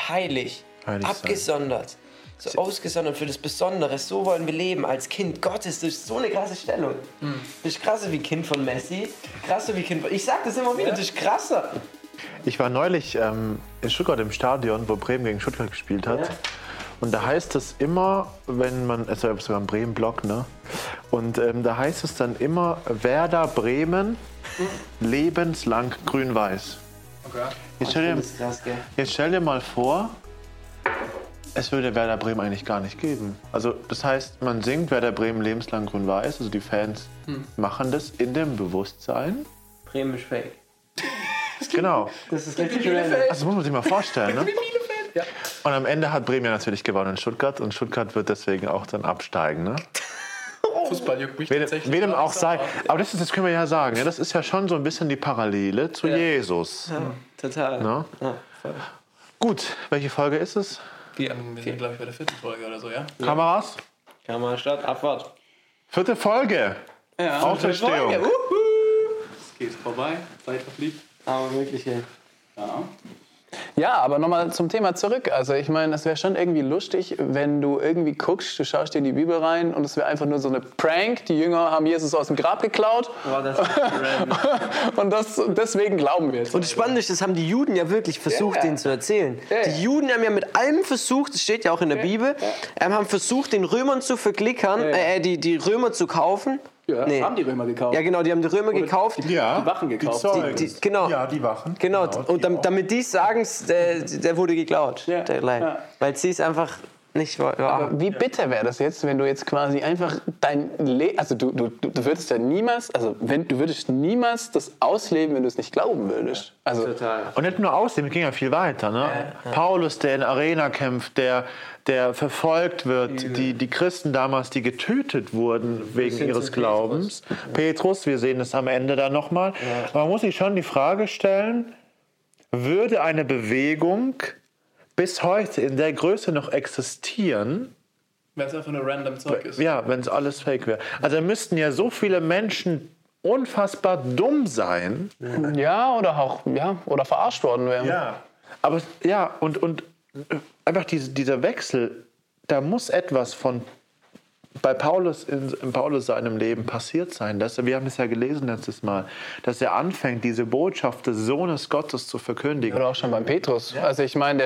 heilig abgesondert. So ausgesondert für das Besondere. So wollen wir leben als Kind Gottes. Das ist so eine krasse Stellung. Das ist krasser wie Kind von Messi. Krasser wie Kind von... Ich sag das immer wieder, das ist krasser. Ich war neulich in Stuttgart im Stadion, wo Bremen gegen Stuttgart gespielt hat. Ja. Und da heißt es immer, wenn man... Es war sogar ein Bremen-Block, ne? Und da heißt es dann immer, Werder Bremen, lebenslang grün-weiß. Okay. Jetzt stell dir mal vor... Es würde Werder Bremen eigentlich gar nicht geben. Also das heißt, man singt Werder Bremen lebenslang grün-weiß, also die Fans machen das in dem Bewusstsein. Bremen ist fake. Genau. Das ist richtig Bielefeld. Also muss man sich mal vorstellen, ne? Ja. Und am Ende hat Bremen ja natürlich gewonnen in Stuttgart und Stuttgart wird deswegen auch dann absteigen, ne? Fußball juckt mich tatsächlich. Wen auch sei. Aber das können wir ja sagen, ne? Das ist ja schon so ein bisschen die Parallele zu Jesus. Ja, total. Ne? Ja, voll. Gut, welche Folge ist es? Wir sind, glaube ich, bei der 4. Folge oder so, ja? Kameras? Kamera, Start, Abfahrt. 4. Folge. Ja, Auferstehung. Es geht vorbei, Zeit verfliegt. Aber wirklich, ey. Ja. Ja, aber nochmal zum Thema zurück. Also ich meine, es wäre schon irgendwie lustig, wenn du irgendwie guckst, du schaust dir in die Bibel rein und es wäre einfach nur so eine Prank. Die Jünger haben Jesus aus dem Grab geklaut. Boah, das ist und deswegen glauben wir jetzt. Und das Spannende ist, das haben die Juden ja wirklich versucht, denen zu erzählen. Die Juden haben ja mit allem versucht, das steht ja auch in der Bibel, haben versucht, den Römern zu verklickern, die Römer zu kaufen. Ja, haben die Römer gekauft. Ja, genau, die haben die Römer gekauft. Die Wachen gekauft. Genau. Ja, die Wachen. Genau, und damit die sagen, der wurde geklaut, der Leib. Ja. Weil sie es einfach nicht war. Aber wie bitter wäre das jetzt, wenn du jetzt quasi einfach dein Leben, also du würdest ja niemals, du würdest niemals das ausleben, wenn du es nicht glauben würdest. Also Total. Und nicht nur ausleben, es ging ja viel weiter. Ne? Ja. Paulus, der in der Arena kämpft, der verfolgt wird, die Christen damals, die getötet wurden wegen ihres Glaubens. Petrus, wir sehen es am Ende dann nochmal. Ja. Aber man muss sich schon die Frage stellen, würde eine Bewegung bis heute in der Größe noch existieren, wenn es einfach nur random Zeug ist. Ja, wenn es alles fake wäre. Also da müssten ja so viele Menschen unfassbar dumm sein. Ja, oder verarscht worden wären. Ja. Aber ja, und einfach dieser Wechsel, da muss etwas bei Paulus in Paulus seinem Leben passiert sein. Wir haben es ja gelesen letztes Mal, dass er anfängt, diese Botschaft des Sohnes Gottes zu verkündigen. Oder auch schon beim Petrus. Ja. Also ich meine,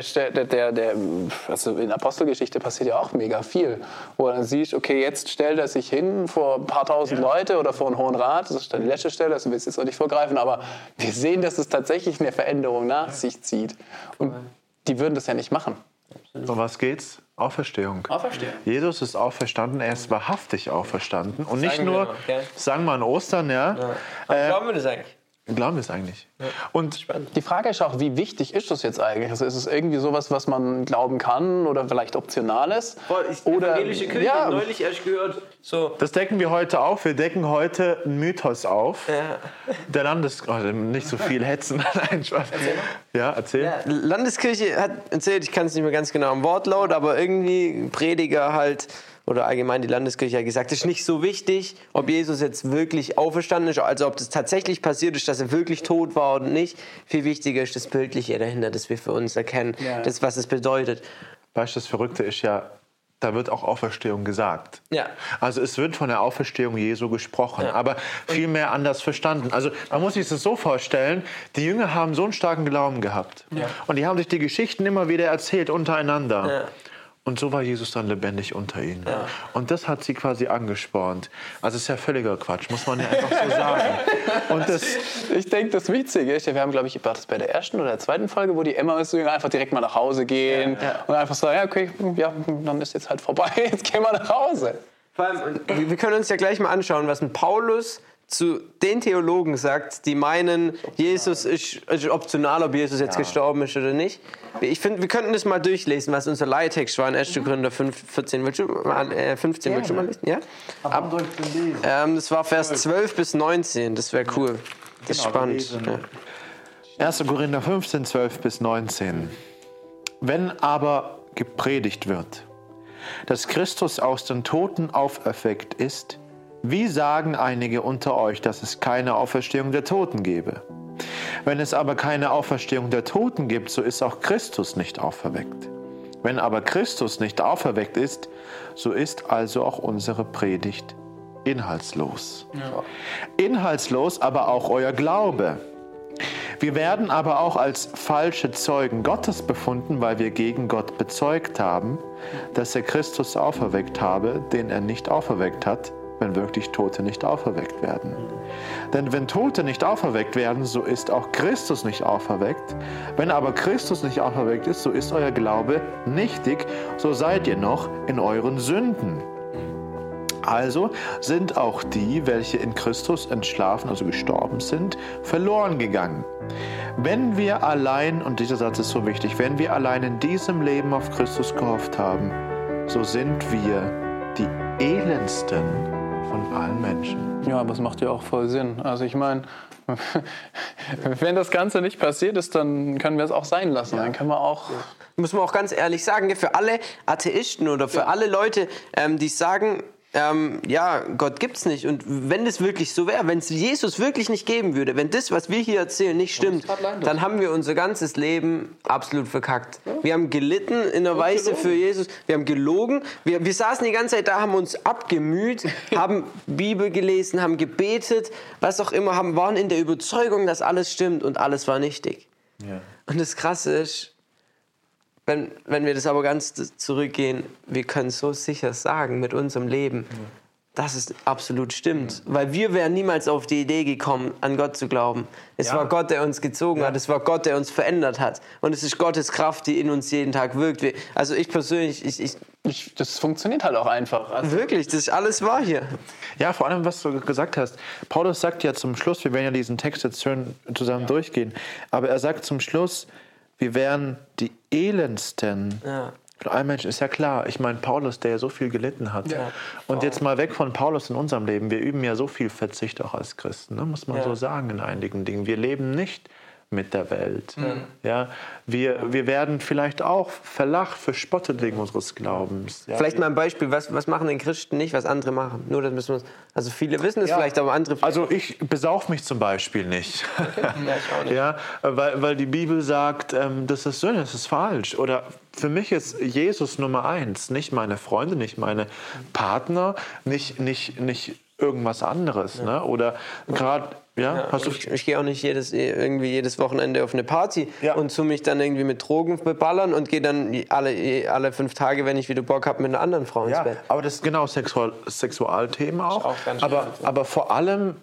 also in Apostelgeschichte passiert ja auch mega viel. Wo du dann siehst, okay, jetzt stellt er sich hin vor ein paar tausend Leute oder vor einen Hohen Rat. Das ist dann die letzte Stelle, also willst jetzt noch nicht vorgreifen. Aber wir sehen, dass es tatsächlich eine Veränderung nach sich zieht. Und die würden das ja nicht machen. Um was geht's? Auferstehung. Auferstehung. Jesus ist auferstanden, er ist wahrhaftig auferstanden. Und nicht nur, sagen wir an Ostern, ja. Glauben wir das eigentlich? Glauben wir es eigentlich. Ja. Und die Frage ist auch, wie wichtig ist das jetzt eigentlich? Also ist es irgendwie sowas, was man glauben kann oder vielleicht optionales? Oder evangelische Kirche, neulich erst gehört. So. Das decken wir heute auf. Wir decken heute einen Mythos auf. Ja. Der nicht so viel hetzen. Nein, Spaß. Erzähl. Ja, Landeskirche hat erzählt, ich kann es nicht mehr ganz genau am Wortlaut, aber irgendwie Prediger halt, oder allgemein die Landeskirche hat gesagt, es ist nicht so wichtig, ob Jesus jetzt wirklich auferstanden ist, also ob das tatsächlich passiert ist, dass er wirklich tot war oder nicht. Viel wichtiger ist das Bildliche dahinter, dass wir für uns erkennen, das, was es bedeutet. Weißt du, das Verrückte ist ja, da wird auch Auferstehung gesagt. Ja. Also es wird von der Auferstehung Jesu gesprochen, aber vielmehr anders verstanden. Also man muss sich das so vorstellen, die Jünger haben so einen starken Glauben gehabt. Ja. Und die haben sich die Geschichten immer wieder erzählt untereinander. Ja. Und so war Jesus dann lebendig unter ihnen. Ja. Und das hat sie quasi angespornt. Also es ist ja völliger Quatsch, muss man ja einfach so sagen. Und ich denke, das Witzige ist, wir haben, glaube ich, war das bei der ersten oder der zweiten Folge, wo die Emmaus-Jünger einfach direkt mal nach Hause gehen und einfach sagen, dann ist jetzt halt vorbei, jetzt gehen wir nach Hause. Vor allem, wir können uns ja gleich mal anschauen, was ein Paulus zu den Theologen sagt, die meinen, Jesus ist optional, ob Jesus jetzt gestorben ist oder nicht. Ich finde, wir könnten das mal durchlesen, was unser Leittext war in 1. Korinther 15. Willst du mal lesen? Ja? Das war Vers 12 bis 19. Das wäre cool. Das ist spannend. 1. Korinther 15, 12 bis 19. Wenn aber gepredigt wird, dass Christus aus den Toten auferweckt ist, wie sagen einige unter euch, dass es keine Auferstehung der Toten gebe? Wenn es aber keine Auferstehung der Toten gibt, so ist auch Christus nicht auferweckt. Wenn aber Christus nicht auferweckt ist, so ist also auch unsere Predigt inhaltslos. Ja. Inhaltslos aber auch euer Glaube. Wir werden aber auch als falsche Zeugen Gottes befunden, weil wir gegen Gott bezeugt haben, dass er Christus auferweckt habe, den er nicht auferweckt hat, wenn wirklich Tote nicht auferweckt werden. Denn wenn Tote nicht auferweckt werden, so ist auch Christus nicht auferweckt. Wenn aber Christus nicht auferweckt ist, so ist euer Glaube nichtig, so seid ihr noch in euren Sünden. Also sind auch die, welche in Christus entschlafen, also gestorben sind, verloren gegangen. Wenn wir allein, und dieser Satz ist so wichtig, wenn wir allein in diesem Leben auf Christus gehofft haben, so sind wir die elendsten von allen Menschen. Ja, aber es macht ja auch voll Sinn. Also ich meine, wenn das Ganze nicht passiert ist, dann können wir es auch sein lassen. Ja. Dann können wir auch... Muss man auch ganz ehrlich sagen, für alle Atheisten oder für alle Leute, die sagen, ja, Gott gibt's nicht. Und wenn das wirklich so wäre, wenn es Jesus wirklich nicht geben würde, wenn das, was wir hier erzählen, nicht stimmt, dann haben wir unser ganzes Leben absolut verkackt. Ja. Wir haben gelitten in der Weise für Jesus, wir haben gelogen, wir saßen die ganze Zeit da, haben uns abgemüht, haben Bibel gelesen, haben gebetet, was auch immer, waren in der Überzeugung, dass alles stimmt und alles war nichtig. Ja. Und das Krasse ist, wenn wir das aber ganz zurückgehen, wir können so sicher sagen mit unserem Leben, dass es absolut stimmt. Weil wir wären niemals auf die Idee gekommen, an Gott zu glauben. Es war Gott, der uns gezogen hat. Es war Gott, der uns verändert hat. Und es ist Gottes Kraft, die in uns jeden Tag wirkt. Also ich persönlich, das funktioniert halt auch einfach. Also wirklich, das ist alles wahr hier. Ja, vor allem, was du gesagt hast. Paulus sagt ja zum Schluss, wir werden ja diesen Text jetzt schön zusammen durchgehen, aber er sagt zum Schluss, wir wären die elendsten von allen Menschen. Ist ja klar, ich meine, Paulus, der ja so viel gelitten hat. Ja. Und jetzt mal weg von Paulus in unserem Leben. Wir üben ja so viel Verzicht auch als Christen, ne? Muss man so sagen in einigen Dingen. Wir leben nicht mit der Welt. Ja, wir werden vielleicht auch verlacht, verspottet wegen unseres Glaubens. Ja, vielleicht mal ein Beispiel, was machen denn Christen nicht, was andere machen? Nur das müssen wir, also viele wissen es vielleicht, aber andere... Also ich besauf mich zum Beispiel nicht. Okay. Ja, ich auch nicht. Ja, weil die Bibel sagt, das ist Sünde, das ist falsch. Oder für mich ist Jesus Nummer 1, nicht meine Freunde, nicht meine Partner, nicht irgendwas anderes. Ja. Ne? Oder gerade... Ja, ich gehe auch nicht jedes Wochenende auf eine Party und zu mich dann irgendwie mit Drogen beballern und gehe dann alle 5 Tage, wenn ich wieder Bock habe, mit einer anderen Frau ins Bett. Aber das ist genau Sexualthemen auch. Aber vor allem,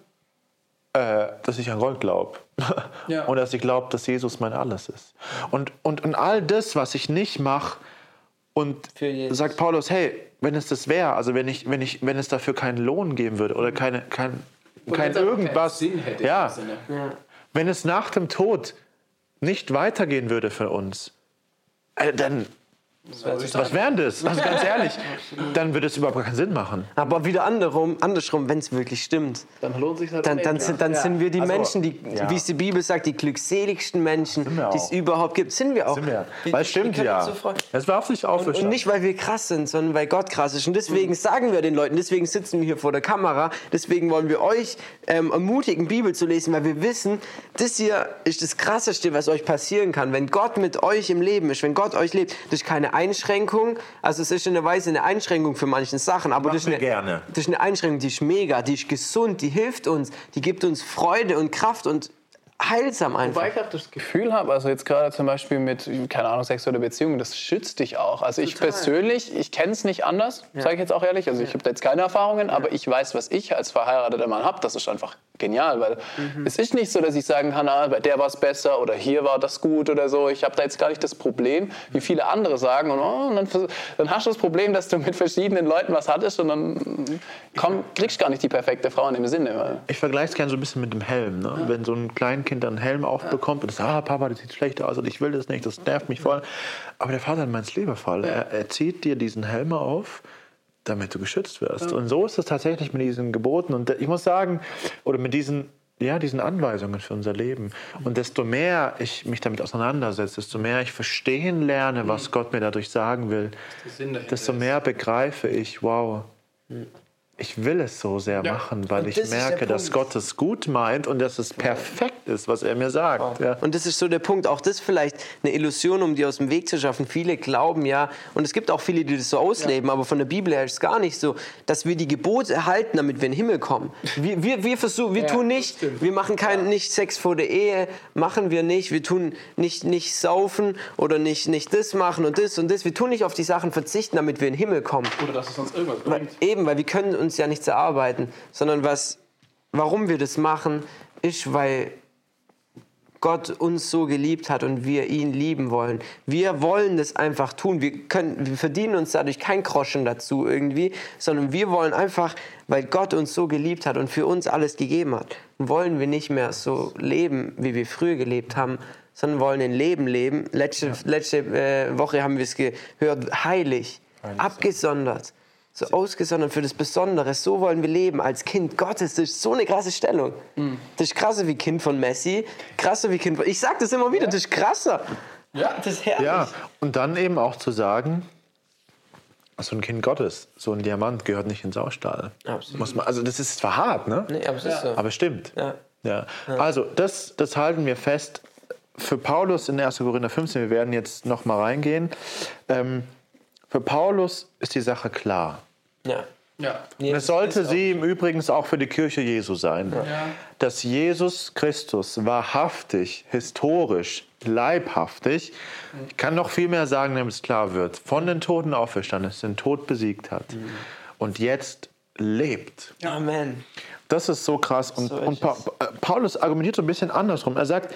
dass ich an Gott glaube. Und dass ich glaube, dass Jesus mein Alles ist. Und all das, was ich nicht mache, und sagt Paulus, hey, wenn es das wäre, also wenn es dafür keinen Lohn geben würde oder kein irgendwas, Sinn hätte, wenn es nach dem Tod nicht weitergehen würde für uns, dann was wären das? Also ganz ehrlich, dann würde es überhaupt keinen Sinn machen. Aber wieder andersrum, wenn es wirklich stimmt, dann lohnt sich halt dann sind wir die Menschen, die, wie es die Bibel sagt, die glückseligsten Menschen, die es überhaupt gibt. Sind wir auch. Weil es stimmt Das war auch nicht und nicht, weil wir krass sind, sondern weil Gott krass ist. Und deswegen sagen wir den Leuten, deswegen sitzen wir hier vor der Kamera, deswegen wollen wir euch ermutigen, Bibel zu lesen, weil wir wissen, das hier ist das Krasseste, was euch passieren kann. Wenn Gott mit euch im Leben ist, wenn Gott euch lebt, das ist keine Einschränkung, also es ist in einer Weise eine Einschränkung für manche Sachen, aber das ist eine Einschränkung, die ist mega, die ist gesund, die hilft uns, die gibt uns Freude und Kraft und heilsam einfach. Wobei ich auch das Gefühl habe, also jetzt gerade zum Beispiel mit, keine Ahnung, sexuelle Beziehungen, das schützt dich auch. Also ich persönlich, ich kenne es nicht anders, sage ich jetzt auch ehrlich. Also ich habe da jetzt keine Erfahrungen, aber ich weiß, was ich als verheirateter Mann habe. Das ist einfach genial, weil es ist nicht so, dass ich sagen kann, bei der war es besser oder hier war das gut oder so. Ich habe da jetzt gar nicht das Problem, wie viele andere sagen. Und dann hast du das Problem, dass du mit verschiedenen Leuten was hattest und dann kriegst du gar nicht die perfekte Frau in dem Sinne. Ich vergleiche es gerne so ein bisschen mit dem Helm. Ne? Ja. Wenn so ein Kleinkind einen Helm aufbekommt und sagt, Papa, das sieht schlecht aus und ich will das nicht, das nervt mich voll. Aber der Vater meint es liebevoll. Er zieht dir diesen Helm auf, damit du geschützt wirst. Ja. Und so ist es tatsächlich mit diesen Geboten. Und ich muss sagen, oder mit diesen Anweisungen für unser Leben. Und desto mehr ich mich damit auseinandersetze, desto mehr ich verstehen lerne, was Gott mir dadurch sagen will, desto mehr begreife ich, wow, ich will es so sehr machen, weil Und ich das ist der merke, dass Punkt. Gott es gut meint und dass es perfekt ist, was er mir sagt. Ja. Und das ist so der Punkt. Auch das vielleicht eine Illusion, um die aus dem Weg zu schaffen. Viele glauben ja, und es gibt auch viele, die das so ausleben, aber von der Bibel her ist es gar nicht so, dass wir die Gebote erhalten, damit wir in den Himmel kommen. Wir versuchen, wir tun nicht, wir machen nicht Sex vor der Ehe, machen wir nicht. Wir tun nicht saufen oder nicht das machen und das und das. Wir tun nicht auf die Sachen verzichten, damit wir in den Himmel kommen. Oder dass es uns irgendwas bringt. Weil wir können uns ja nichts erarbeiten, sondern warum wir das machen, ist, weil Gott uns so geliebt hat und wir ihn lieben wollen. Wir wollen das einfach tun. Wir verdienen uns dadurch kein Groschen dazu irgendwie, sondern wir wollen einfach, weil Gott uns so geliebt hat und für uns alles gegeben hat, wollen wir nicht mehr so leben, wie wir früher gelebt haben, sondern wollen ein Leben leben. Letzte Woche haben wir es gehört, heilig, abgesondert. So ausgesondert für das Besondere. So wollen wir leben als Kind Gottes. Das ist so eine krasse Stellung. Das ist krasser wie Kind von Messi. Krasser wie Kind von... Ich sag das immer wieder, das ist krasser. Ja, das ist herrlich. Ja, und dann eben auch zu sagen, so ein Kind Gottes, so ein Diamant gehört nicht ins Saustall. Muss man, also das ist zwar hart, ne? Nee, aber es ist so. Aber es stimmt. Ja. Also das halten wir fest. Für Paulus in 1. Korinther 15, wir werden jetzt noch mal reingehen, für Paulus ist die Sache klar. Ja. Und es sollte sie im Übrigen auch für die Kirche Jesu sein, dass Jesus Christus wahrhaftig, historisch, leibhaftig, ich kann noch viel mehr sagen, damit es klar wird, von den Toten auferstanden ist, den Tod besiegt hat und jetzt lebt. Amen. Das ist so krass. Und Paulus argumentiert so ein bisschen andersrum. Er sagt,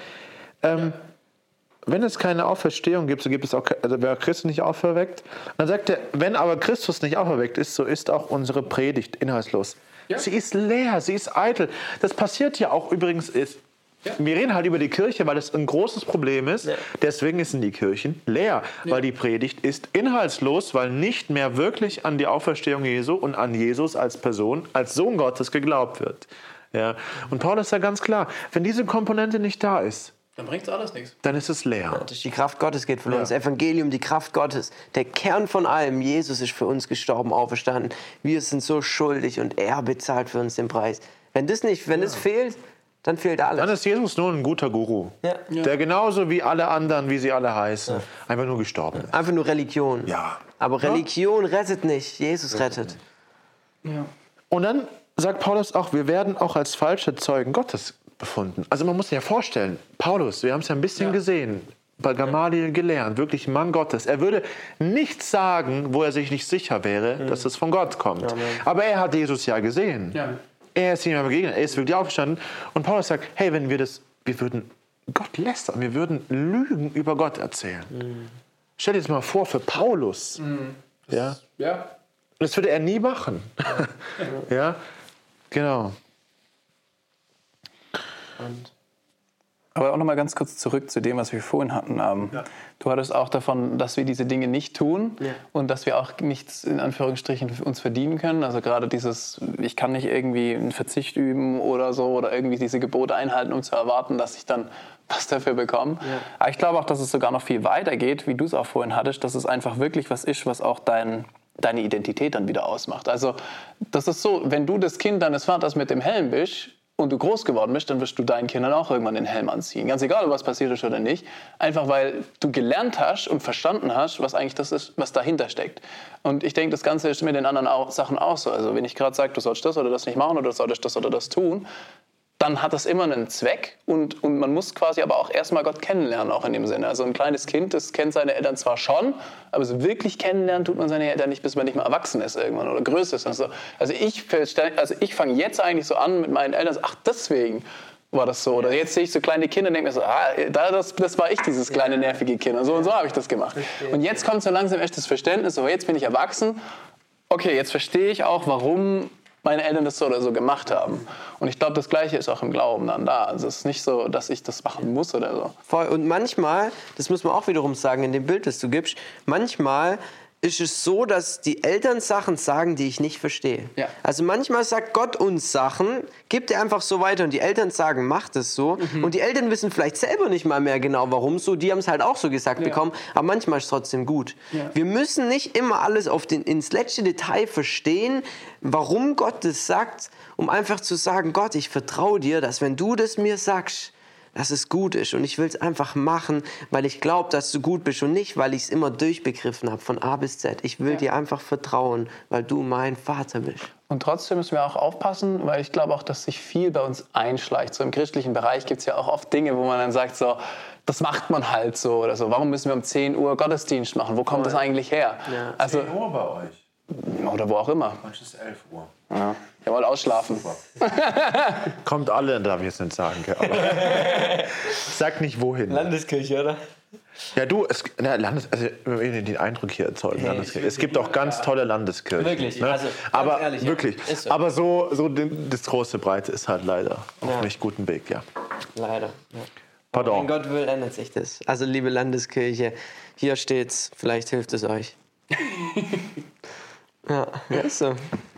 wenn es keine Auferstehung gibt, so gibt es auch, also wäre Christus nicht auferweckt. Dann sagt er, wenn aber Christus nicht auferweckt ist, so ist auch unsere Predigt inhaltslos. Ja. Sie ist leer, sie ist eitel. Das passiert ja auch übrigens. Wir reden halt über die Kirche, weil das ein großes Problem ist. Ja. Deswegen sind die Kirchen leer, weil die Predigt ist inhaltslos, weil nicht mehr wirklich an die Auferstehung Jesu und an Jesus als Person, als Sohn Gottes geglaubt wird. Ja. Und Paulus ist ja ganz klar, wenn diese Komponente nicht da ist, dann bringt es alles nichts. dann ist es leer. Ja, die Kraft Gottes geht verloren. Das Evangelium, die Kraft Gottes. Der Kern von allem. Jesus ist für uns gestorben, auferstanden. Wir sind so schuldig und er bezahlt für uns den Preis. Wenn das fehlt, dann fehlt alles. Dann ist Jesus nur ein guter Guru, der genauso wie alle anderen, wie sie alle heißen, einfach nur gestorben ist. Einfach nur Religion. Ja. Aber Religion rettet nicht. Jesus rettet. Ja. Und dann sagt Paulus auch, wir werden auch als falsche Zeugen Gottes befunden. Also man muss sich ja vorstellen, Paulus, wir haben es ja ein bisschen gesehen, bei Gamaliel gelernt, wirklich Mann Gottes. Er würde nichts sagen, wo er sich nicht sicher wäre, dass es von Gott kommt. Aber er hat Jesus ja gesehen. Ja. Er ist ihm begegnet, er ist wirklich aufgestanden. Und Paulus sagt, hey, wir würden Gott lästern, wir würden Lügen über Gott erzählen. Stell dir das mal vor, für Paulus. Ja. Das würde er nie machen. Ja, genau. Aber auch noch mal ganz kurz zurück zu dem, was wir vorhin hatten. Du hattest auch davon, dass wir diese Dinge nicht tun und dass wir auch nichts in Anführungsstrichen für uns verdienen können. Also gerade dieses, ich kann nicht irgendwie einen Verzicht üben oder so oder irgendwie diese Gebote einhalten, um zu erwarten, dass ich dann was dafür bekomme. Aber ich glaube auch, dass es sogar noch viel weiter geht, wie du es auch vorhin hattest, dass es einfach wirklich was ist, was auch deine Identität dann wieder ausmacht. Also das ist so, wenn du das Kind deines Vaters mit dem Helm bist, und du groß geworden bist, dann wirst du deinen Kindern auch irgendwann den Helm anziehen. Ganz egal, ob was passiert ist oder nicht. Einfach, weil du gelernt hast und verstanden hast, was eigentlich das ist, was dahinter steckt. Und ich denke, das Ganze ist mit den anderen Sachen auch so. Also wenn ich gerade sage, du sollst das oder das nicht machen oder du solltest das oder das tun, dann hat das immer einen Zweck und man muss quasi aber auch erstmal Gott kennenlernen, auch in dem Sinne. Also ein kleines Kind, das kennt seine Eltern zwar schon, aber so wirklich kennenlernen tut man seine Eltern nicht, bis man nicht mehr erwachsen ist irgendwann oder größer ist. Also ich fange jetzt eigentlich so an mit meinen Eltern, ach deswegen war das so. Oder jetzt sehe ich so kleine Kinder und denke mir so, das war ich, dieses kleine nervige Kind. Und so habe ich das gemacht. Und jetzt kommt so langsam echt das Verständnis, so jetzt bin ich erwachsen, okay, jetzt verstehe ich auch, warum meine Eltern das so oder so gemacht haben. Und ich glaube, das Gleiche ist auch im Glauben dann da. Also es ist nicht so, dass ich das machen muss oder so. Voll. Und manchmal, das muss man auch wiederum sagen, in dem Bild, das du gibst, manchmal ist es so, dass die Eltern Sachen sagen, die ich nicht verstehe. Ja. Also manchmal sagt Gott uns Sachen, gibt er einfach so weiter und die Eltern sagen, macht es so. Und die Eltern wissen vielleicht selber nicht mal mehr genau, warum so. Die haben es halt auch so gesagt bekommen, aber manchmal ist es trotzdem gut. Ja. Wir müssen nicht immer alles ins letzte Detail verstehen, warum Gott das sagt, um einfach zu sagen, Gott, ich vertraue dir, dass wenn du das mir sagst, dass es gut ist und ich will es einfach machen, weil ich glaube, dass du gut bist und nicht, weil ich es immer durchbegriffen habe, von A bis Z. Ich will dir einfach vertrauen, weil du mein Vater bist. Und trotzdem müssen wir auch aufpassen, weil ich glaube auch, dass sich viel bei uns einschleicht. So im christlichen Bereich gibt es ja auch oft Dinge, wo man dann sagt, so, das macht man halt so oder so. Warum müssen wir um 10 Uhr Gottesdienst machen? Wo kommt das eigentlich her? Ja. Also, 10 Uhr bei euch. oder wo auch immer. Manchmal ist 11 Uhr. Ja, jawohl, ausschlafen. Kommt alle, darf ich jetzt nicht sagen. gell, Aber sag nicht wohin. Landeskirche, oder? Ja, du, also wir wollen den Eindruck hier erzeugen. Landeskirche. Es gibt auch ganz tolle Landeskirchen. Wirklich, ne? also, ganz aber ehrlich, ja. wirklich. Ist so. Aber das große Breite ist halt leider auf nicht guten Weg, ja. Leider. Ja. Pardon. Wenn Gott will, ändert sich das. Also, liebe Landeskirche, hier steht's, vielleicht hilft es euch. Ja, ist so.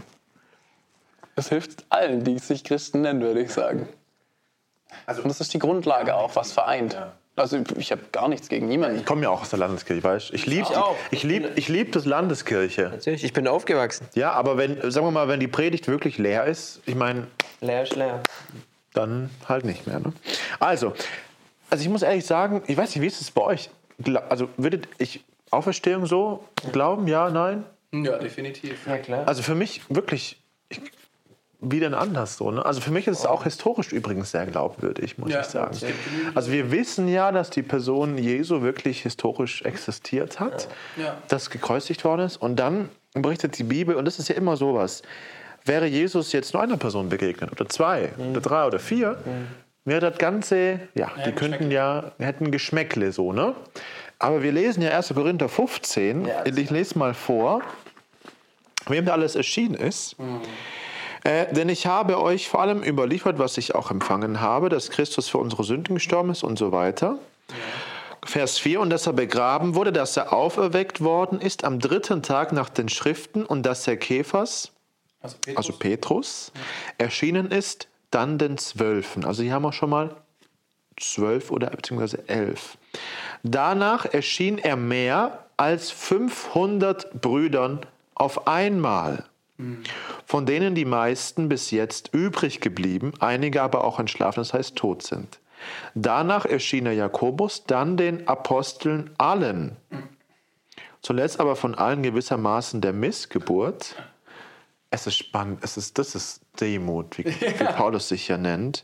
Das hilft allen, die sich Christen nennen, würde ich sagen. Also, und das ist die Grundlage auch, was vereint. Ja. Also ich habe gar nichts gegen niemanden. Ich komme ja auch aus der Landeskirche, weißt du? Ich lieb das Landeskirche. Natürlich, ich bin aufgewachsen. Ja, aber sagen wir mal, wenn die Predigt wirklich leer ist, ich meine, Leer ist leer. dann halt nicht mehr. Ne? Also ich muss ehrlich sagen, ich weiß nicht, wie ist es bei euch? Also würdet ich Auferstehung so glauben? Ja, nein? Ja, definitiv. Ja, klar. Also für mich wirklich, wie denn anders so? Ne? Also für mich ist es auch historisch übrigens sehr glaubwürdig, muss Ja, ich sagen. definitiv. Also wir wissen ja, dass die Person Jesu wirklich historisch existiert hat, Ja. dass gekreuzigt worden ist. Und dann berichtet die Bibel, und das ist ja immer sowas, wäre Jesus jetzt nur einer Person begegnet, oder 2, oder 3 oder 4, wäre das Ganze, die könnten hätten Geschmäckle so, ne? Aber wir lesen ja 1. Korinther 15, ich lese mal vor, wem da alles erschienen ist. Denn ich habe euch vor allem überliefert, was ich auch empfangen habe, dass Christus für unsere Sünden gestorben ist und so weiter. Vers 4, und dass er begraben wurde, dass er auferweckt worden ist am 3. Tag nach den Schriften und dass er Kephas, also Petrus, erschienen ist, dann den 12. Also hier haben wir schon mal 12 oder beziehungsweise 11. Danach erschien er mehr als 500 Brüdern auf einmal, von denen die meisten bis jetzt übrig geblieben, einige aber auch entschlafen, das heißt tot sind. Danach erschien er Jakobus, dann den Aposteln allen. Zuletzt aber von allen gewissermaßen der Missgeburt. Es ist spannend, das ist Demut, wie Paulus sich ja nennt.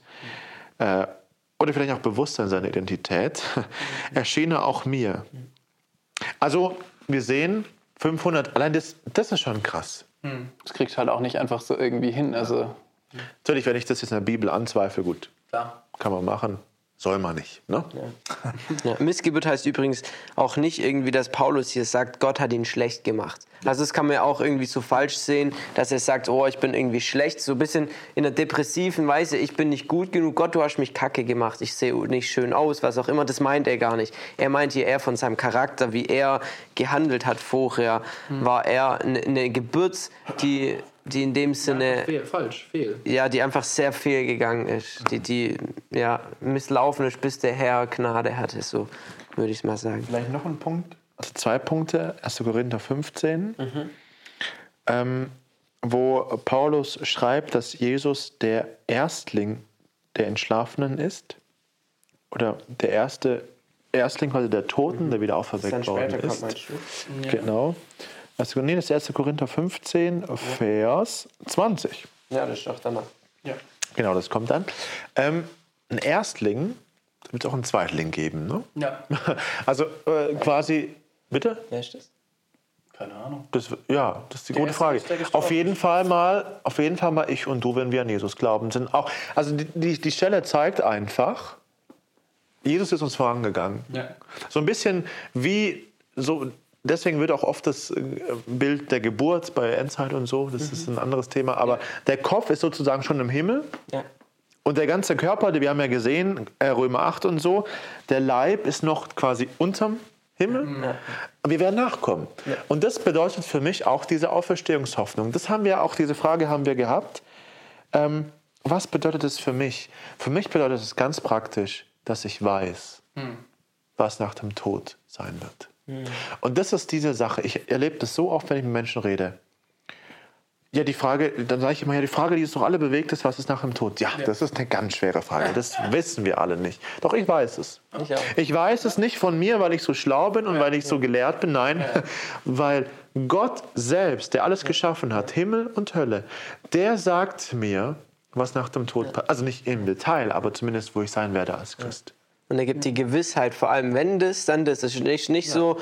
Oder vielleicht auch Bewusstsein seiner Identität, erschien er auch mir. Also wir sehen, 500, allein das ist schon krass. Das kriegt halt auch nicht einfach so irgendwie hin. Also Natürlich, wenn ich das jetzt in der Bibel anzweifle, gut, Klar. kann man machen, soll man nicht. Ne? Ja, Missgeburt heißt übrigens auch nicht irgendwie, dass Paulus hier sagt, Gott hat ihn schlecht gemacht. Also das kann man ja auch irgendwie so falsch sehen, dass er sagt, oh, ich bin irgendwie schlecht, so ein bisschen in der depressiven Weise, ich bin nicht gut genug, Gott, du hast mich kacke gemacht, ich sehe nicht schön aus, was auch immer, das meint er gar nicht. Er meint hier eher von seinem Charakter, wie er gehandelt hat vorher, war er eine Geburt, die in dem Sinne... Fehl. Ja, die einfach sehr fehlgegangen ist, die misslaufen ist, bis der Herr Gnade hatte, so würde ich es mal sagen. Vielleicht noch ein Punkt, also 2 Punkte, 1. Korinther 15, wo Paulus schreibt, dass Jesus der Erstling der Entschlafenen ist, oder der Erstling quasi der Toten, der wieder auferweckt worden ist. Genau. Das ist 1. Korinther 15, Vers 20. Ja, das ist doch danach. Ja. Genau, das kommt dann. Ein Erstling, da wird es auch einen Zweitling geben, ne? Ja. Also quasi, bitte? Wer ist das? Keine Ahnung. Das ist die gute Erste Frage. ist der gestorben. Auf jeden Fall mal ich und du, wenn wir an Jesus glauben, sind auch. Also die Stelle zeigt einfach, Jesus ist uns vorangegangen. Ja. So ein bisschen wie so. Deswegen wird auch oft das Bild der Geburt bei Endzeit und so, das ist ein anderes Thema, aber der Kopf ist sozusagen schon im Himmel. Ja. Und der ganze Körper, wir haben ja gesehen, Römer 8 und so, der Leib ist noch quasi unterm Himmel. Wir werden nachkommen. Und das bedeutet für mich auch diese Auferstehungshoffnung. Diese Frage haben wir gehabt. Was bedeutet es für mich? Für mich bedeutet es ganz praktisch, dass ich weiß, was nach dem Tod sein wird. Und das ist diese Sache. Ich erlebe das so oft, wenn ich mit Menschen rede. Ja, dann sage ich immer, die Frage, die uns doch alle bewegt, ist, was ist nach dem Tod? Ja, das ist eine ganz schwere Frage. Das wissen wir alle nicht. Doch ich weiß es. Ich weiß es nicht von mir, weil ich so schlau bin und weil ich so gelehrt bin. Nein, weil Gott selbst, der alles geschaffen hat, Himmel und Hölle, der sagt mir, was nach dem Tod passiert. Also nicht im Detail, aber zumindest, wo ich sein werde als Christ. Und er gibt die Gewissheit, vor allem wenn das, dann das. Es ist nicht so,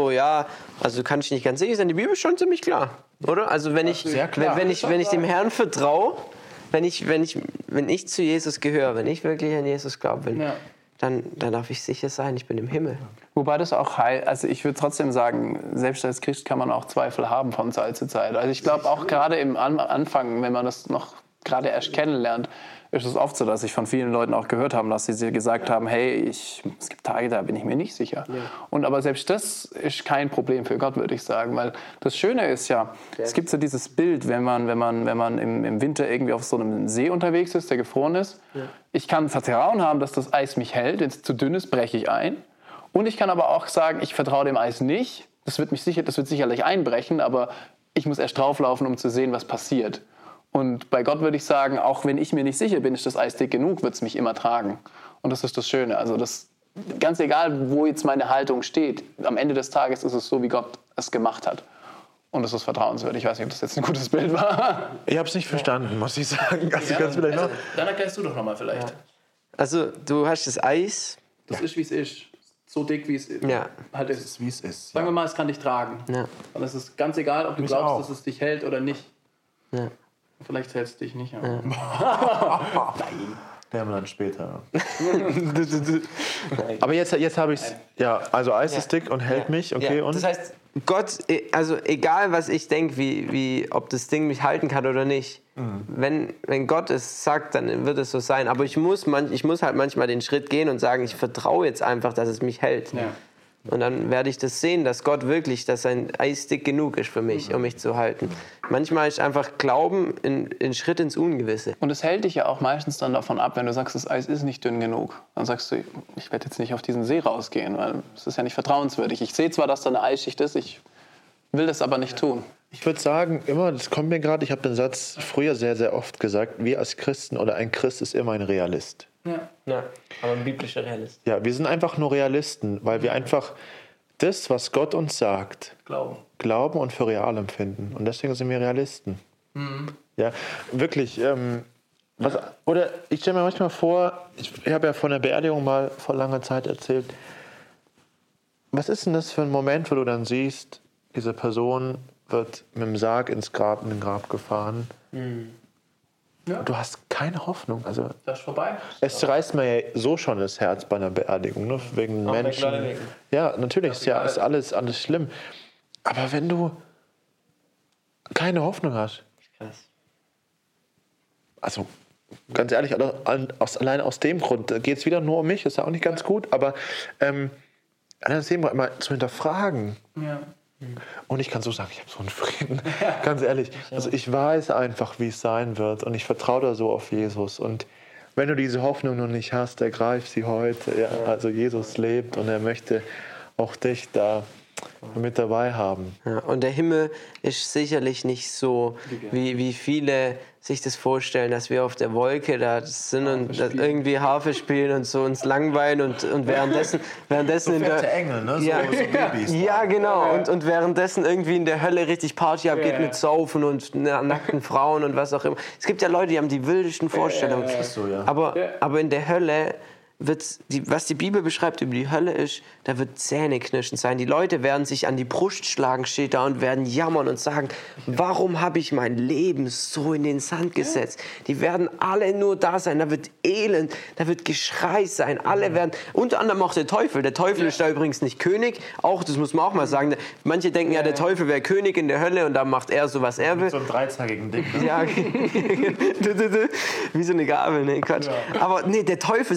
also kann ich nicht ganz sicher sein. Die Bibel ist schon ziemlich klar, oder? Also wenn ich dem Herrn vertraue, wenn ich zu Jesus gehöre, wenn ich wirklich an Jesus glaube, dann darf ich sicher sein, ich bin im Himmel. Wobei das auch also ich würde trotzdem sagen, selbst als Christ kann man auch Zweifel haben von Zeit zu Zeit. Also ich glaube auch gerade im Anfang, wenn man das noch gerade erst kennenlernt, ist es oft so, dass ich von vielen Leuten auch gehört habe, dass sie gesagt haben, hey, es gibt Tage, da bin ich mir nicht sicher. Ja. Aber selbst das ist kein Problem für Gott, würde ich sagen. Weil das Schöne ist ja, es gibt so dieses Bild, wenn man im Winter irgendwie auf so einem See unterwegs ist, der gefroren ist. Ja. Ich kann Vertrauen haben, dass das Eis mich hält. Wenn es zu dünn ist, breche ich ein. Und ich kann aber auch sagen, ich vertraue dem Eis nicht. Das wird sicherlich einbrechen, aber ich muss erst drauflaufen, um zu sehen, was passiert. Und bei Gott würde ich sagen, auch wenn ich mir nicht sicher bin, ist das Eis dick genug, wird es mich immer tragen. Und das ist das Schöne. Also ganz egal, wo jetzt meine Haltung steht, am Ende des Tages ist es so, wie Gott es gemacht hat. Und das ist vertrauenswürdig. Ich weiß nicht, ob das jetzt ein gutes Bild war. Ich habe es nicht verstanden, muss ich sagen. Dann erklärst du doch nochmal vielleicht. Ja. Also du hast das Eis. Das ist, wie es ist. So dick, wie es ist. Ja. Halt ist, wie es ist. Sagen wir mal, es kann dich tragen. Ja. Und es ist ganz egal, ob du glaubst, dass es dich hält oder nicht. Ja. Vielleicht hältst du dich nicht. Ja. Nein. Werden wir dann später. Aber jetzt habe ich es. Ja, also Eis ist dick und hält mich. Okay, und? Das heißt, Gott, also egal was ich denke, ob das Ding mich halten kann oder nicht, wenn Gott es sagt, dann wird es so sein. Aber ich muss halt manchmal den Schritt gehen und sagen, ich vertraue jetzt einfach, dass es mich hält. Ja. Und dann werde ich das sehen, dass Gott wirklich, dass sein Eis dick genug ist für mich, um mich zu halten. Manchmal ist einfach Glauben ein Schritt ins Ungewisse. Und es hält dich ja auch meistens dann davon ab, wenn du sagst, das Eis ist nicht dünn genug. Dann sagst du, ich werde jetzt nicht auf diesen See rausgehen, weil es ist ja nicht vertrauenswürdig. Ich sehe zwar, dass da eine Eisschicht ist, ich will das aber nicht tun. Ich würde sagen, immer, das kommt mir gerade, ich habe den Satz früher sehr, sehr oft gesagt, wir als Christen oder ein Christ ist immer ein Realist. Ja, aber ein biblischer Realist. Ja, wir sind einfach nur Realisten, weil wir einfach das, was Gott uns sagt, glauben und für real empfinden. Und deswegen sind wir Realisten. Ja, wirklich. Oder ich stelle mir manchmal vor, ich habe ja von der Beerdigung mal vor langer Zeit erzählt, was ist denn das für ein Moment, wo du dann siehst, diese Person wird mit dem Sarg in den Grab gefahren. Ja. Du hast keine Hoffnung. Also, das ist vorbei. Es zerreißt mir ja so schon das Herz bei einer Beerdigung, ne? Wegen Menschen. Ja, natürlich ist alles schlimm. Aber wenn du keine Hoffnung hast. Krass. Also, ganz ehrlich, allein aus dem Grund geht es wieder nur um mich, ist ja auch nicht ganz gut, aber allein aus dem Grund immer zu hinterfragen. Ja. Und ich kann so sagen, ich habe so einen Frieden. Ganz ehrlich. Also ich weiß einfach, wie es sein wird. Und ich vertraue da so auf Jesus. Und wenn du diese Hoffnung noch nicht hast, ergreif sie heute. Ja, also Jesus lebt und er möchte auch dich da mit dabei haben. Ja, und der Himmel ist sicherlich nicht so, wie viele sich das vorstellen, dass wir auf der Wolke da sind und irgendwie Harfe spielen und so uns langweilen und währenddessen so in der Engel, ne? Ja, so Babys. Ja, genau. Und währenddessen irgendwie in der Hölle richtig Party abgeht mit Saufen und nackten Frauen und was auch immer. Es gibt ja Leute, die haben die wildesten Vorstellungen. So, ja. Aber in der Hölle was die Bibel beschreibt über die Hölle ist, da wird Zähneknirschen sein. Die Leute werden sich an die Brust schlagen, steht da, und werden jammern und sagen, warum habe ich mein Leben so in den Sand gesetzt? Die werden alle nur da sein, da wird Elend, da wird Geschrei sein. Alle werden, unter anderem auch der Teufel. Der Teufel ist da übrigens nicht König, auch, das muss man auch mal sagen. Manche denken ja, der Teufel wäre König in der Hölle und da macht er so, was er will. So einen dreizackigen Ding. Ne? Ja, wie so eine Gabel, ne, Quatsch. Ja. Aber nee, der Teufel selber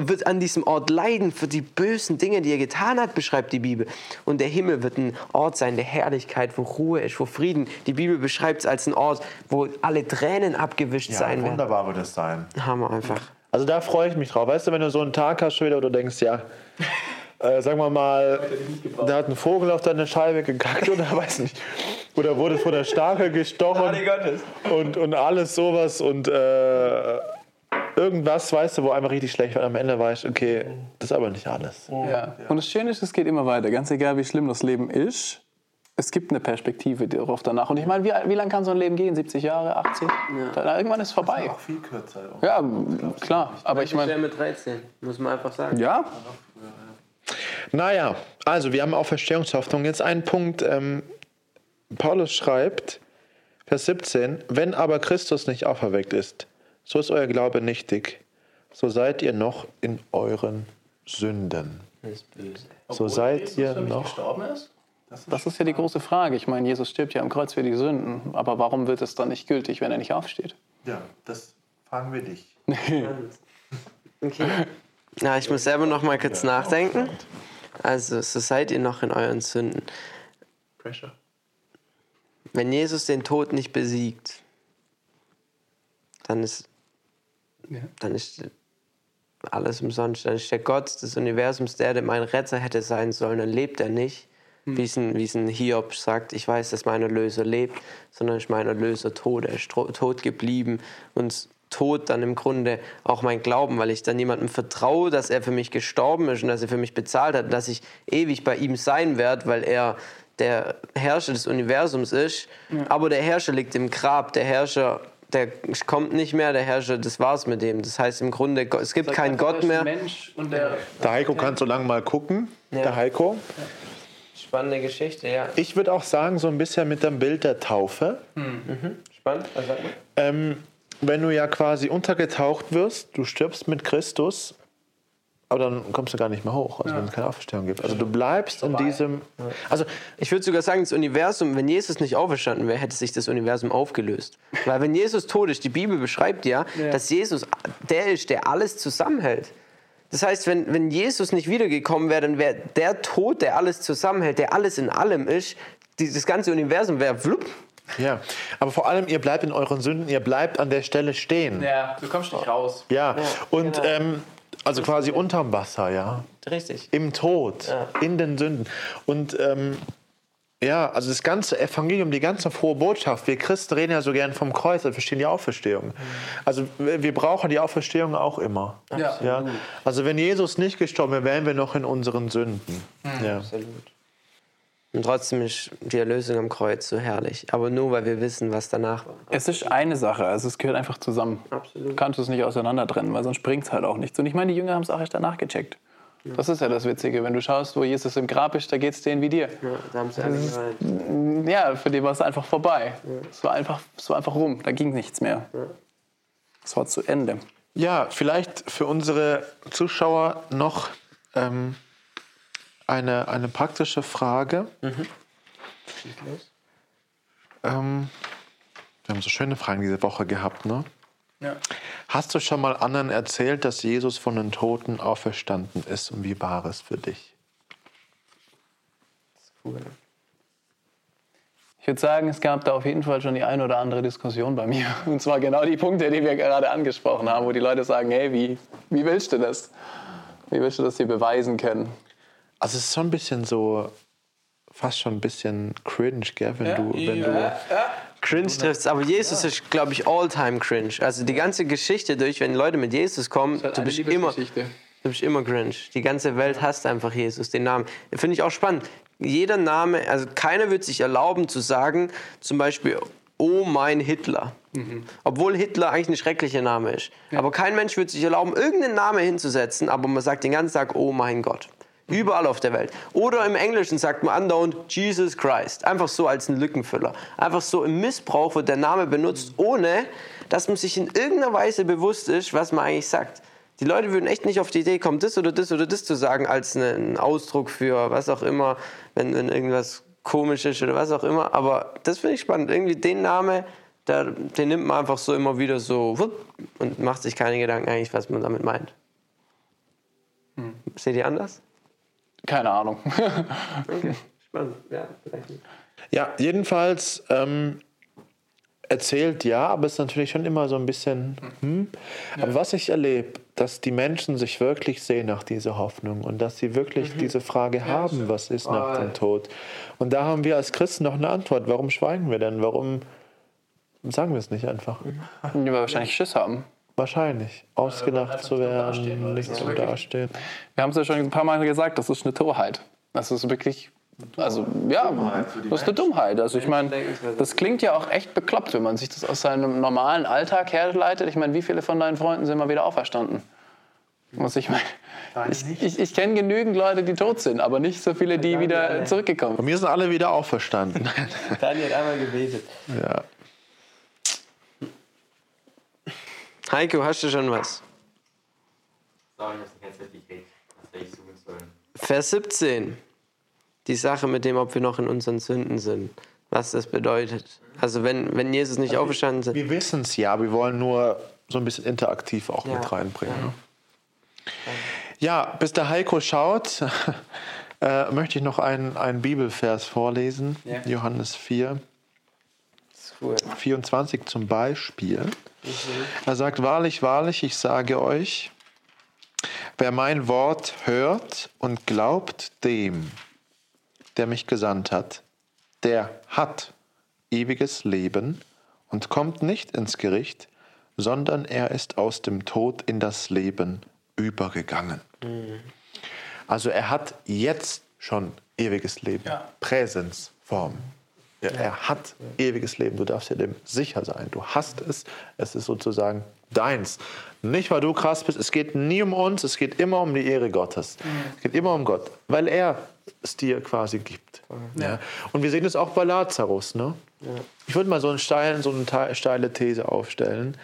wird an diesem Ort leiden für die bösen Dinge, die er getan hat, beschreibt die Bibel. Und der Himmel wird ein Ort sein der Herrlichkeit, wo Ruhe ist, wo Frieden. Die Bibel beschreibt es als einen Ort, wo alle Tränen abgewischt sein werden. Wunderbar wird es sein. Hammer einfach. Also da freue ich mich drauf. Weißt du, wenn du so einen Tag hast schon wieder, wo du denkst, ja, sagen wir mal, da hat ein Vogel auf deine Scheibe gekackt oder weiß nicht. Oder wurde von der Stachel gestochen und alles sowas und irgendwas, weißt du, wo einfach richtig schlecht war. Am Ende weißt du, okay, das ist aber nicht alles. Ja. Und das Schöne ist, es geht immer weiter. Ganz egal, wie schlimm das Leben ist, es gibt eine Perspektive darauf danach. Und ich meine, wie lange kann so ein Leben gehen? 70 Jahre, 80? Ja. Irgendwann ist es vorbei. Auch viel kürzer. Ja, klar. Aber ich meine... mit 13, muss man einfach sagen. Ja? Naja, also wir haben Auferstehungshoffnung. Jetzt ein Punkt. Paulus schreibt, Vers 17, wenn aber Christus nicht auferweckt ist, so ist euer Glaube nichtig, so seid ihr noch in euren Sünden. Das ist böse. So seid ihr noch... gestorben ist? Das ist ja die große Frage. Ich meine, Jesus stirbt ja am Kreuz für die Sünden. Aber warum wird es dann nicht gültig, wenn er nicht aufsteht? Ja, das fragen wir dich. Okay. Ja, ich muss selber noch mal kurz nachdenken. Also, so seid ihr noch in euren Sünden. Pressure. Wenn Jesus den Tod nicht besiegt, dann ist alles umsonst. Dann ist der Gott des Universums der mein Retter hätte sein sollen, dann lebt er nicht. Wie es ein Hiob sagt, ich weiß, dass mein Erlöser lebt, sondern ist mein Erlöser tot. Er ist tot geblieben und tot dann im Grunde auch mein Glauben, weil ich dann jemandem vertraue, dass er für mich gestorben ist und dass er für mich bezahlt hat, dass ich ewig bei ihm sein werde, weil er der Herrscher des Universums ist. Ja. Aber der Herrscher liegt im Grab, der Herrscher, der kommt nicht mehr, der Herrscher, das war's mit dem. Das heißt im Grunde, es gibt keinen Gott mehr. Mensch und der Heiko kann so lange mal gucken. Ja. Der Heiko. Ja. Spannende Geschichte, ja. Ich würde auch sagen, so ein bisschen mit dem Bild der Taufe. Spannend, was sagt man? Wenn du ja quasi untergetaucht wirst, du stirbst mit Christus, aber dann kommst du gar nicht mehr hoch, also wenn es keine Auferstehung gibt. Also du bleibst in diesem... Also ich würde sogar sagen, das Universum, wenn Jesus nicht auferstanden wäre, hätte sich das Universum aufgelöst. Weil wenn Jesus tot ist, die Bibel beschreibt ja, dass Jesus der ist, der alles zusammenhält. Das heißt, wenn Jesus nicht wiedergekommen wäre, dann wäre der Tod, der alles zusammenhält, der alles in allem ist, das ganze Universum wäre flupp. Ja, aber vor allem, ihr bleibt in euren Sünden, ihr bleibt an der Stelle stehen. Ja, du kommst nicht raus. Ja, und genau. Also quasi unterm Wasser, ja. Richtig. Im Tod, in den Sünden. Und ja, also das ganze Evangelium, die ganze frohe Botschaft, wir Christen reden ja so gern vom Kreuz, wir verstehen die Auferstehung. Also wir brauchen die Auferstehung auch immer. Ja. Also wenn Jesus nicht gestorben wäre, wären wir noch in unseren Sünden. Ja. Absolut. Und trotzdem ist die Erlösung am Kreuz so herrlich. Aber nur, weil wir wissen, was danach war. Es ist eine Sache, also es gehört einfach zusammen. Absolut. Du kannst es nicht auseinander trennen, weil sonst bringt es halt auch nichts. Und ich meine, die Jünger haben es auch erst danach gecheckt. Das ist ja das Witzige. Wenn du schaust, wo Jesus im Grab ist, da geht es denen wie dir. Ja, da haben sie alle geweint. Ja, für die war es einfach vorbei. Es war einfach rum, da ging nichts mehr. Es war zu Ende. Ja, vielleicht für unsere Zuschauer noch eine praktische Frage. Wir haben so schöne Fragen diese Woche gehabt, ne? Ja. Hast du schon mal anderen erzählt, dass Jesus von den Toten auferstanden ist und wie war es für dich? Das ist cool. Ich würde sagen, es gab da auf jeden Fall schon die eine oder andere Diskussion bei mir. Und zwar genau die Punkte, die wir gerade angesprochen haben, wo die Leute sagen, hey, wie willst du das? Wie willst du das hier beweisen können? Also es ist schon ein bisschen so, fast schon ein bisschen cringe, gell? Wenn du Cringe trifft's, aber Jesus ist, glaube ich, all-time cringe. Also die ganze Geschichte durch, wenn Leute mit Jesus kommen, du bist immer cringe. Die ganze Welt hasst einfach Jesus, den Namen. Finde ich auch spannend. Jeder Name, also keiner wird sich erlauben zu sagen, zum Beispiel, oh mein Hitler. Obwohl Hitler eigentlich ein schrecklicher Name ist. Ja. Aber kein Mensch wird sich erlauben, irgendeinen Namen hinzusetzen, aber man sagt den ganzen Tag, oh mein Gott. Überall auf der Welt. Oder im Englischen sagt man andauernd Jesus Christ. Einfach so als ein Lückenfüller. Einfach so im Missbrauch wird der Name benutzt, ohne dass man sich in irgendeiner Weise bewusst ist, was man eigentlich sagt. Die Leute würden echt nicht auf die Idee kommen, das oder das oder das zu sagen, als einen Ausdruck für was auch immer, wenn irgendwas komisch ist oder was auch immer. Aber das finde ich spannend. Irgendwie den Namen, den nimmt man einfach so immer wieder so und macht sich keine Gedanken eigentlich, was man damit meint. Seht ihr anders? Keine Ahnung. Okay, spannend. Ja, vielleicht nicht. Ja, jedenfalls erzählt ja, aber es ist natürlich schon immer so ein bisschen. Aber was ich erlebe, dass die Menschen sich wirklich sehen nach dieser Hoffnung und dass sie wirklich diese Frage haben, was ist nach dem Tod. Und da haben wir als Christen noch eine Antwort. Warum schweigen wir denn? Warum sagen wir es nicht einfach? Die wir wahrscheinlich Schiss haben. Wahrscheinlich. Ausgelacht zu werden, nicht so dastehen. Wir haben es ja schon ein paar Mal gesagt, das ist eine Torheit. Das ist wirklich, also ja, das ist eine Dummheit. Also ich meine, das klingt ja auch echt bekloppt, wenn man sich das aus seinem normalen Alltag herleitet. Ich meine, wie viele von deinen Freunden sind mal wieder auferstanden? Was ich meine, ich kenne genügend Leute, die tot sind, aber nicht so viele, die wieder zurückgekommen Bei mir sind alle wieder auferstanden. Daniel hat einmal gebetet. Ja. Heiko, hast du schon was? Sorry, ich hab's nicht ganz mitgekriegt. Was hätte ich suchen sollen? Vers 17. Die Sache mit dem, ob wir noch in unseren Sünden sind. Was das bedeutet. Also wenn Jesus nicht auferstanden ist. Wir wissen es ja, wir wollen nur so ein bisschen interaktiv auch mit reinbringen. Ja, bis der Heiko schaut, möchte ich noch einen Bibelvers vorlesen. Ja. Johannes 4, Cool. 24 zum Beispiel. Er sagt, wahrlich, wahrlich, ich sage euch, wer mein Wort hört und glaubt dem, der mich gesandt hat, der hat ewiges Leben und kommt nicht ins Gericht, sondern er ist aus dem Tod in das Leben übergegangen. Also er hat jetzt schon ewiges Leben. Präsensform. Ja, er hat ewiges Leben. Du darfst dir dem sicher sein. Du hast es. Es ist sozusagen deins. Nicht, weil du krass bist. Es geht nie um uns. Es geht immer um die Ehre Gottes. Es geht immer um Gott, weil er es dir quasi gibt. Ja. Und wir sehen es auch bei Lazarus. Ne? Ja. Ich würde mal so eine steile These aufstellen.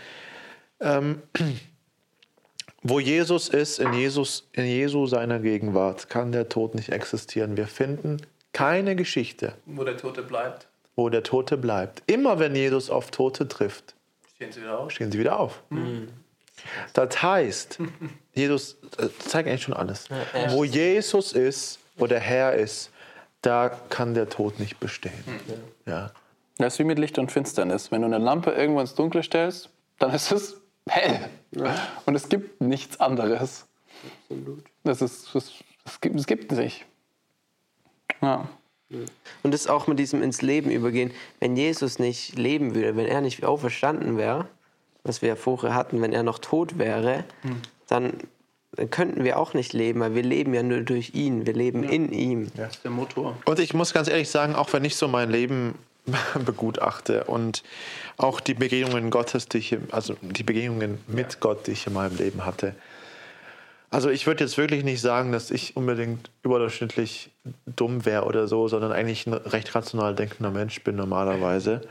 Wo Jesus ist, in Jesu seiner Gegenwart, kann der Tod nicht existieren. Wir finden keine Geschichte, Wo der Tote bleibt. wo der Tote bleibt. Immer wenn Jesus auf Tote trifft, Stehen Sie wieder auf? stehen sie wieder auf. Das heißt, Jesus zeigt eigentlich schon alles. Wo Jesus ist, wo der Herr ist, da kann der Tod nicht bestehen. Ja. Das ist wie mit Licht und Finsternis. Wenn du eine Lampe irgendwo ins Dunkle stellst, dann ist es hell. Und es gibt nichts anderes. Absolut. Es gibt nicht. Ja. Und das auch mit diesem ins Leben übergehen. Wenn Jesus nicht leben würde, wenn er nicht auferstanden wäre, was wir ja vorher hatten, wenn er noch tot wäre, dann könnten wir auch nicht leben, weil wir leben ja nur durch ihn. Wir leben in ihm. Das ist der Motor. Und ich muss ganz ehrlich sagen, auch wenn ich so mein Leben begutachte und auch die Begegnungen Gottes, die Begegnungen mit Gott, die ich in meinem Leben hatte. Also ich würde jetzt wirklich nicht sagen, dass ich unbedingt überdurchschnittlich dumm wäre oder so, sondern eigentlich ein recht rational denkender Mensch bin normalerweise.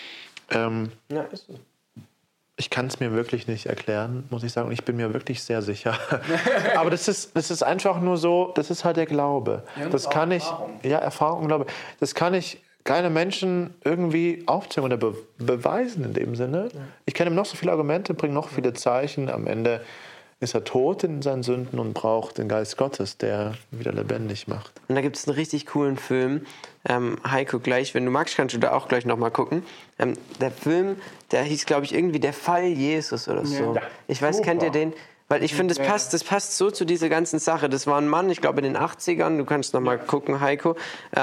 Ja, ist so. Ich kann es mir wirklich nicht erklären, muss ich sagen. Und ich bin mir wirklich sehr sicher. Aber das ist einfach nur so, das ist halt der Glaube. Ja, das kann ich, Erfahrung und Glaube. Das kann ich keine Menschen irgendwie aufzwingen oder beweisen in dem Sinne. Ja. Ich kenne ihm noch so viele Argumente, bringe noch viele Zeichen. Am Ende ist er tot in seinen Sünden und braucht den Geist Gottes, der ihn wieder lebendig macht. Und da gibt es einen richtig coolen Film. Heiko, gleich, wenn du magst, kannst du da auch gleich nochmal gucken. Der Film, der hieß, glaube ich, irgendwie Der Fall Jesus oder so. Ja. Ich weiß, kennt ihr den? Weil ich finde, das passt so zu dieser ganzen Sache. Das war ein Mann, ich glaube in den 80ern, du kannst noch mal gucken, Heiko.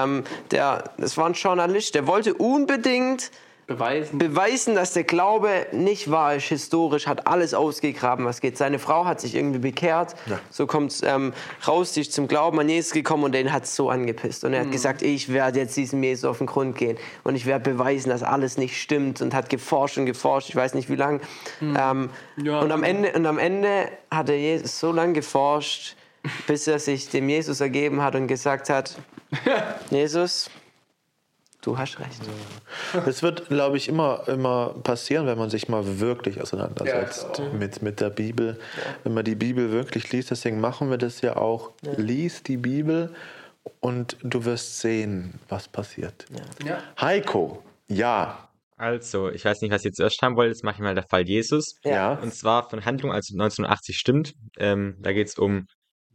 Das war ein Journalist, der wollte unbedingt beweisen, dass der Glaube nicht wahr ist, historisch, hat alles ausgegraben, was geht. Seine Frau hat sich irgendwie bekehrt, so kommt es raus, die ist zum Glauben an Jesus gekommen und den hat es so angepisst. Und er hat gesagt, ich werde jetzt diesem Jesus auf den Grund gehen und ich werde beweisen, dass alles nicht stimmt und hat geforscht und geforscht, ich weiß nicht wie lange. Und am Ende hat er Jesus so lange geforscht, bis er sich dem Jesus ergeben hat und gesagt hat, Jesus, du hast recht. Das wird, glaube ich, immer passieren, wenn man sich mal wirklich auseinandersetzt mit der Bibel. Ja. Wenn man die Bibel wirklich liest, deswegen machen wir das ja auch. Ja. Lies die Bibel und du wirst sehen, was passiert. Ja. Heiko, ja. Also, ich weiß nicht, was ihr zuerst haben wollt, jetzt mache ich mal der Fall Jesus. Ja. Und zwar von Handlung, also 1980 stimmt. Da geht es um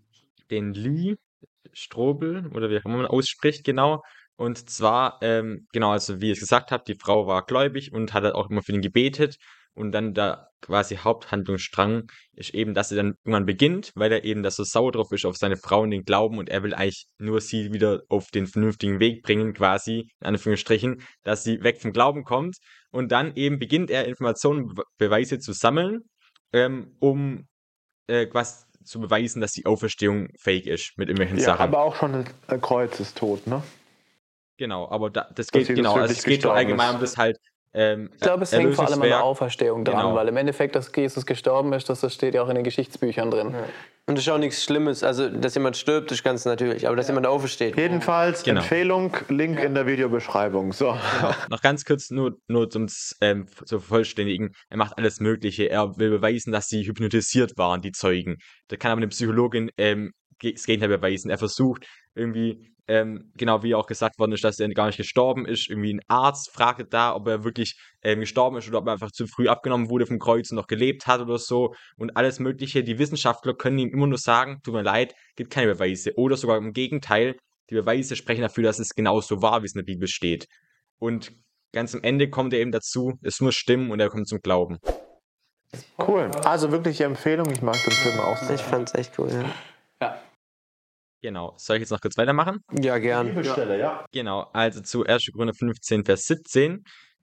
den Lee Strobel oder wie auch immer man ausspricht, genau. Und zwar, genau, also wie ich gesagt habe, die Frau war gläubig und hat halt auch immer für ihn gebetet. Und dann der quasi Haupthandlungsstrang ist eben, dass er dann irgendwann beginnt, weil er eben da so sauer drauf ist auf seine Frau und den Glauben und er will eigentlich nur sie wieder auf den vernünftigen Weg bringen, quasi, in Anführungsstrichen, dass sie weg vom Glauben kommt. Und dann eben beginnt er Informationen, Beweise zu sammeln, um was zu beweisen, dass die Auferstehung fake ist mit irgendwelchen Ja, Sachen. aber auch schon ein Kreuzestod, ne? Genau, aber das Dass geht, Jesus genau, also wirklich es geht so gestorben allgemein ist. um das halt Ich glaube, es hängt vor allem an der Erlösungswerk. Auferstehung dran, Genau. weil im Endeffekt, dass Jesus gestorben ist, das steht ja auch in den Geschichtsbüchern drin. Und das ist auch nichts Schlimmes. Also, dass jemand stirbt, ist ganz natürlich. Aber dass jemand aufersteht. Jedenfalls Genau. Empfehlung, Link in der Videobeschreibung. So. Noch ganz kurz, nur zu vervollständigen, er macht alles Mögliche. Er will beweisen, dass sie hypnotisiert waren, die Zeugen. Da kann aber eine Psychologin das Gegenteil beweisen. Er versucht irgendwie, genau wie auch gesagt worden ist, dass er gar nicht gestorben ist. Irgendwie ein Arzt fragt da, ob er wirklich gestorben ist oder ob er einfach zu früh abgenommen wurde vom Kreuz und noch gelebt hat oder so. Und alles Mögliche. Die Wissenschaftler können ihm immer nur sagen, tut mir leid, gibt keine Beweise. Oder sogar im Gegenteil, die Beweise sprechen dafür, dass es genauso war, wie es in der Bibel steht. Und ganz am Ende kommt er eben dazu, es muss stimmen und er kommt zum Glauben. Cool. Also wirklich Empfehlung. Ich mag den Film auch sehr. Ich fand's echt cool, ja. Genau. Soll ich jetzt noch kurz weitermachen? Ja, gern. Bibelstelle, ja. Genau, also zu 1. Korinther 15, Vers 17.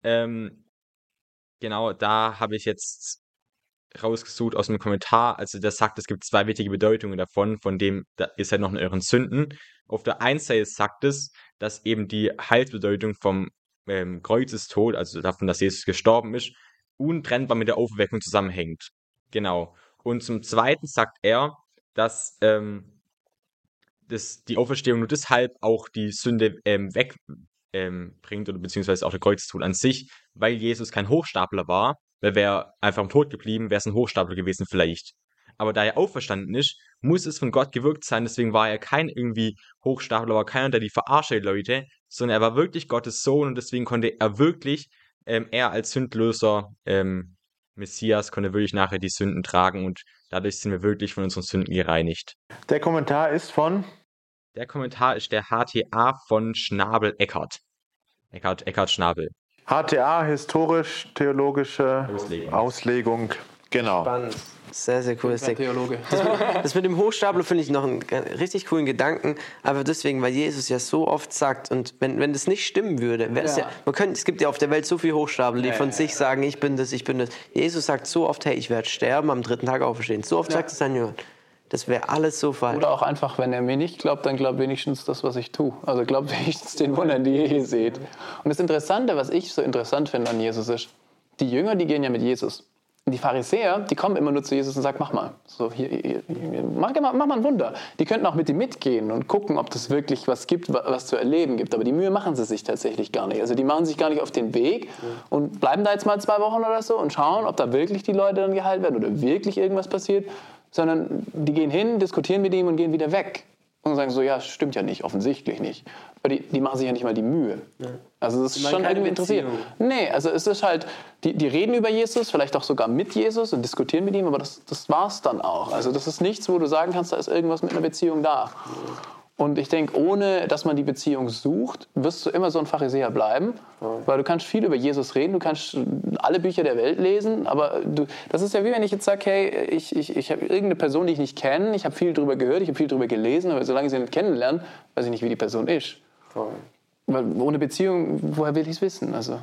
Genau, da habe ich jetzt rausgesucht aus einem Kommentar, also der sagt, es gibt zwei wichtige Bedeutungen davon, von dem, da ist halt noch in euren Sünden. Auf der einen Seite sagt es, dass eben die Heilsbedeutung vom Kreuzestod, also davon, dass Jesus gestorben ist, untrennbar mit der Auferweckung zusammenhängt. Genau. Und zum Zweiten sagt er, dass die Auferstehung nur deshalb auch die Sünde wegbringt oder beziehungsweise auch der Kreuzestod an sich, weil Jesus kein Hochstapler war, weil wäre einfach im Tod geblieben, wäre es ein Hochstapler gewesen vielleicht. Aber da er auferstanden ist, muss es von Gott gewirkt sein, deswegen war er kein irgendwie Hochstapler, war keiner, der die verarscht die Leute, sondern er war wirklich Gottes Sohn und deswegen konnte er wirklich, er als Sündlöser Messias, konnte wirklich nachher die Sünden tragen und dadurch sind wir wirklich von unseren Sünden gereinigt. Der Kommentar ist von... Der Kommentar ist der HTA von Schnabel Eckart. Eckart Schnabel. HTA, historisch-theologische Auslegung. Genau. Spannend. Sehr, sehr cooles Ding. Theologe. Das mit dem Hochstapler finde ich noch einen richtig coolen Gedanken, aber deswegen, weil Jesus ja so oft sagt, und wenn das nicht stimmen würde, wäre es ja, es gibt ja auf der Welt so viele Hochstapler, die von sich sagen, ich bin das. Jesus sagt so oft, hey, ich werde sterben, am 3. Tag auferstehen. So oft sagt es seinen Jüngern. Das wäre alles so falsch. Oder auch einfach, wenn er mir nicht glaubt, dann glaubt wenigstens das, was ich tue. Also glaubt wenigstens den Wundern, die ihr hier seht. Und das Interessante, was ich so interessant finde an Jesus ist, die Jünger, die gehen ja mit Jesus. Und die Pharisäer, die kommen immer nur zu Jesus und sagen, mach mal. So, mach mal ein Wunder. Die könnten auch mit ihm mitgehen und gucken, ob das wirklich was gibt, was zu erleben gibt. Aber die Mühe machen sie sich tatsächlich gar nicht. Also die machen sich gar nicht auf den Weg und bleiben da jetzt mal 2 Wochen oder so und schauen, ob da wirklich die Leute dann geheilt werden oder wirklich irgendwas passiert. Sondern die gehen hin, diskutieren mit ihm und gehen wieder weg. Und sagen so, ja, stimmt ja nicht, offensichtlich nicht. Aber die machen sich ja nicht mal die Mühe. Ja. Also das ist schon irgendwie interessiert. Nee, also es ist halt, die reden über Jesus, vielleicht auch sogar mit Jesus und diskutieren mit ihm, aber das war's dann auch. Also das ist nichts, wo du sagen kannst, da ist irgendwas mit einer Beziehung da. Und ich denke, ohne dass man die Beziehung sucht, wirst du immer so ein Pharisäer bleiben. Weil du kannst viel über Jesus reden, du kannst alle Bücher der Welt lesen, aber das ist ja wie wenn ich jetzt sage, hey, ich habe irgendeine Person, die ich nicht kenne, ich habe viel darüber gehört, ich habe viel darüber gelesen, aber solange ich sie nicht kennenlerne, weiß ich nicht, wie die Person ist. Weil ohne Beziehung, woher will ich es wissen? Also.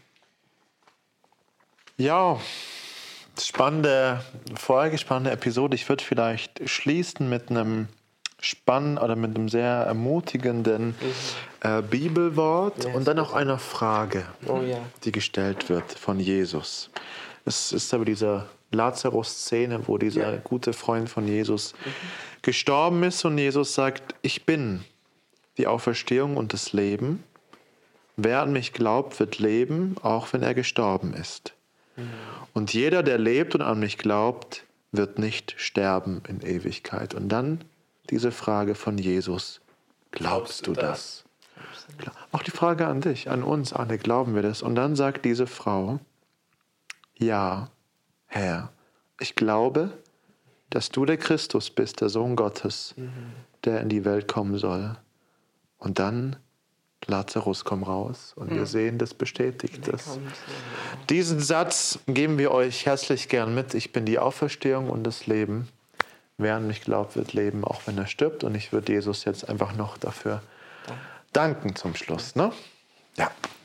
Ja, spannende Episode. Ich würde vielleicht schließen mit einem oder mit einem sehr ermutigenden Bibelwort und dann auch einer Frage, die gestellt wird von Jesus. Es ist aber diese Lazarus-Szene, wo dieser gute Freund von Jesus gestorben ist und Jesus sagt, ich bin die Auferstehung und das Leben. Wer an mich glaubt, wird leben, auch wenn er gestorben ist. Und jeder, der lebt und an mich glaubt, wird nicht sterben in Ewigkeit. Und dann diese Frage von Jesus, glaubst du das? Auch die Frage an dich, an uns alle, glauben wir das? Und dann sagt diese Frau, ja, Herr, ich glaube, dass du der Christus bist, der Sohn Gottes, der in die Welt kommen soll. Und dann, Lazarus, komm raus. Und wir sehen, das bestätigt es. Diesen Satz geben wir euch herzlich gern mit. Ich bin die Auferstehung und das Leben. Wer an mich glaubt, wird leben, auch wenn er stirbt. Und ich würde Jesus jetzt einfach noch dafür danken zum Schluss. Ne? Ja.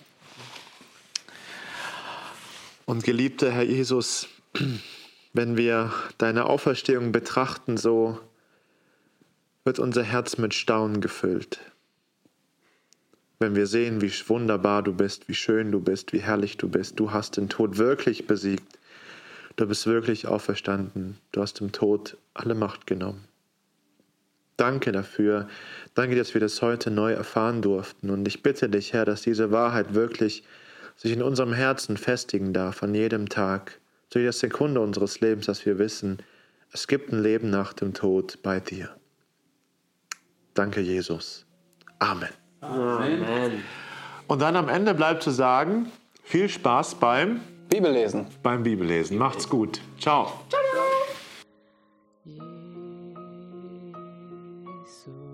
Und geliebter Herr Jesus, wenn wir deine Auferstehung betrachten, so wird unser Herz mit Staunen gefüllt. Wenn wir sehen, wie wunderbar du bist, wie schön du bist, wie herrlich du bist. Du hast den Tod wirklich besiegt. Du bist wirklich auferstanden. Du hast dem Tod alle Macht genommen. Danke dafür. Danke, dass wir das heute neu erfahren durften. Und ich bitte dich, Herr, dass diese Wahrheit wirklich sich in unserem Herzen festigen darf, an jedem Tag, zu jeder Sekunde unseres Lebens, dass wir wissen, es gibt ein Leben nach dem Tod bei dir. Danke, Jesus. Amen. Amen. Und dann am Ende bleibt zu sagen, viel Spaß beim Bibellesen. Bibellesen. Macht's gut. Ciao. Jesus.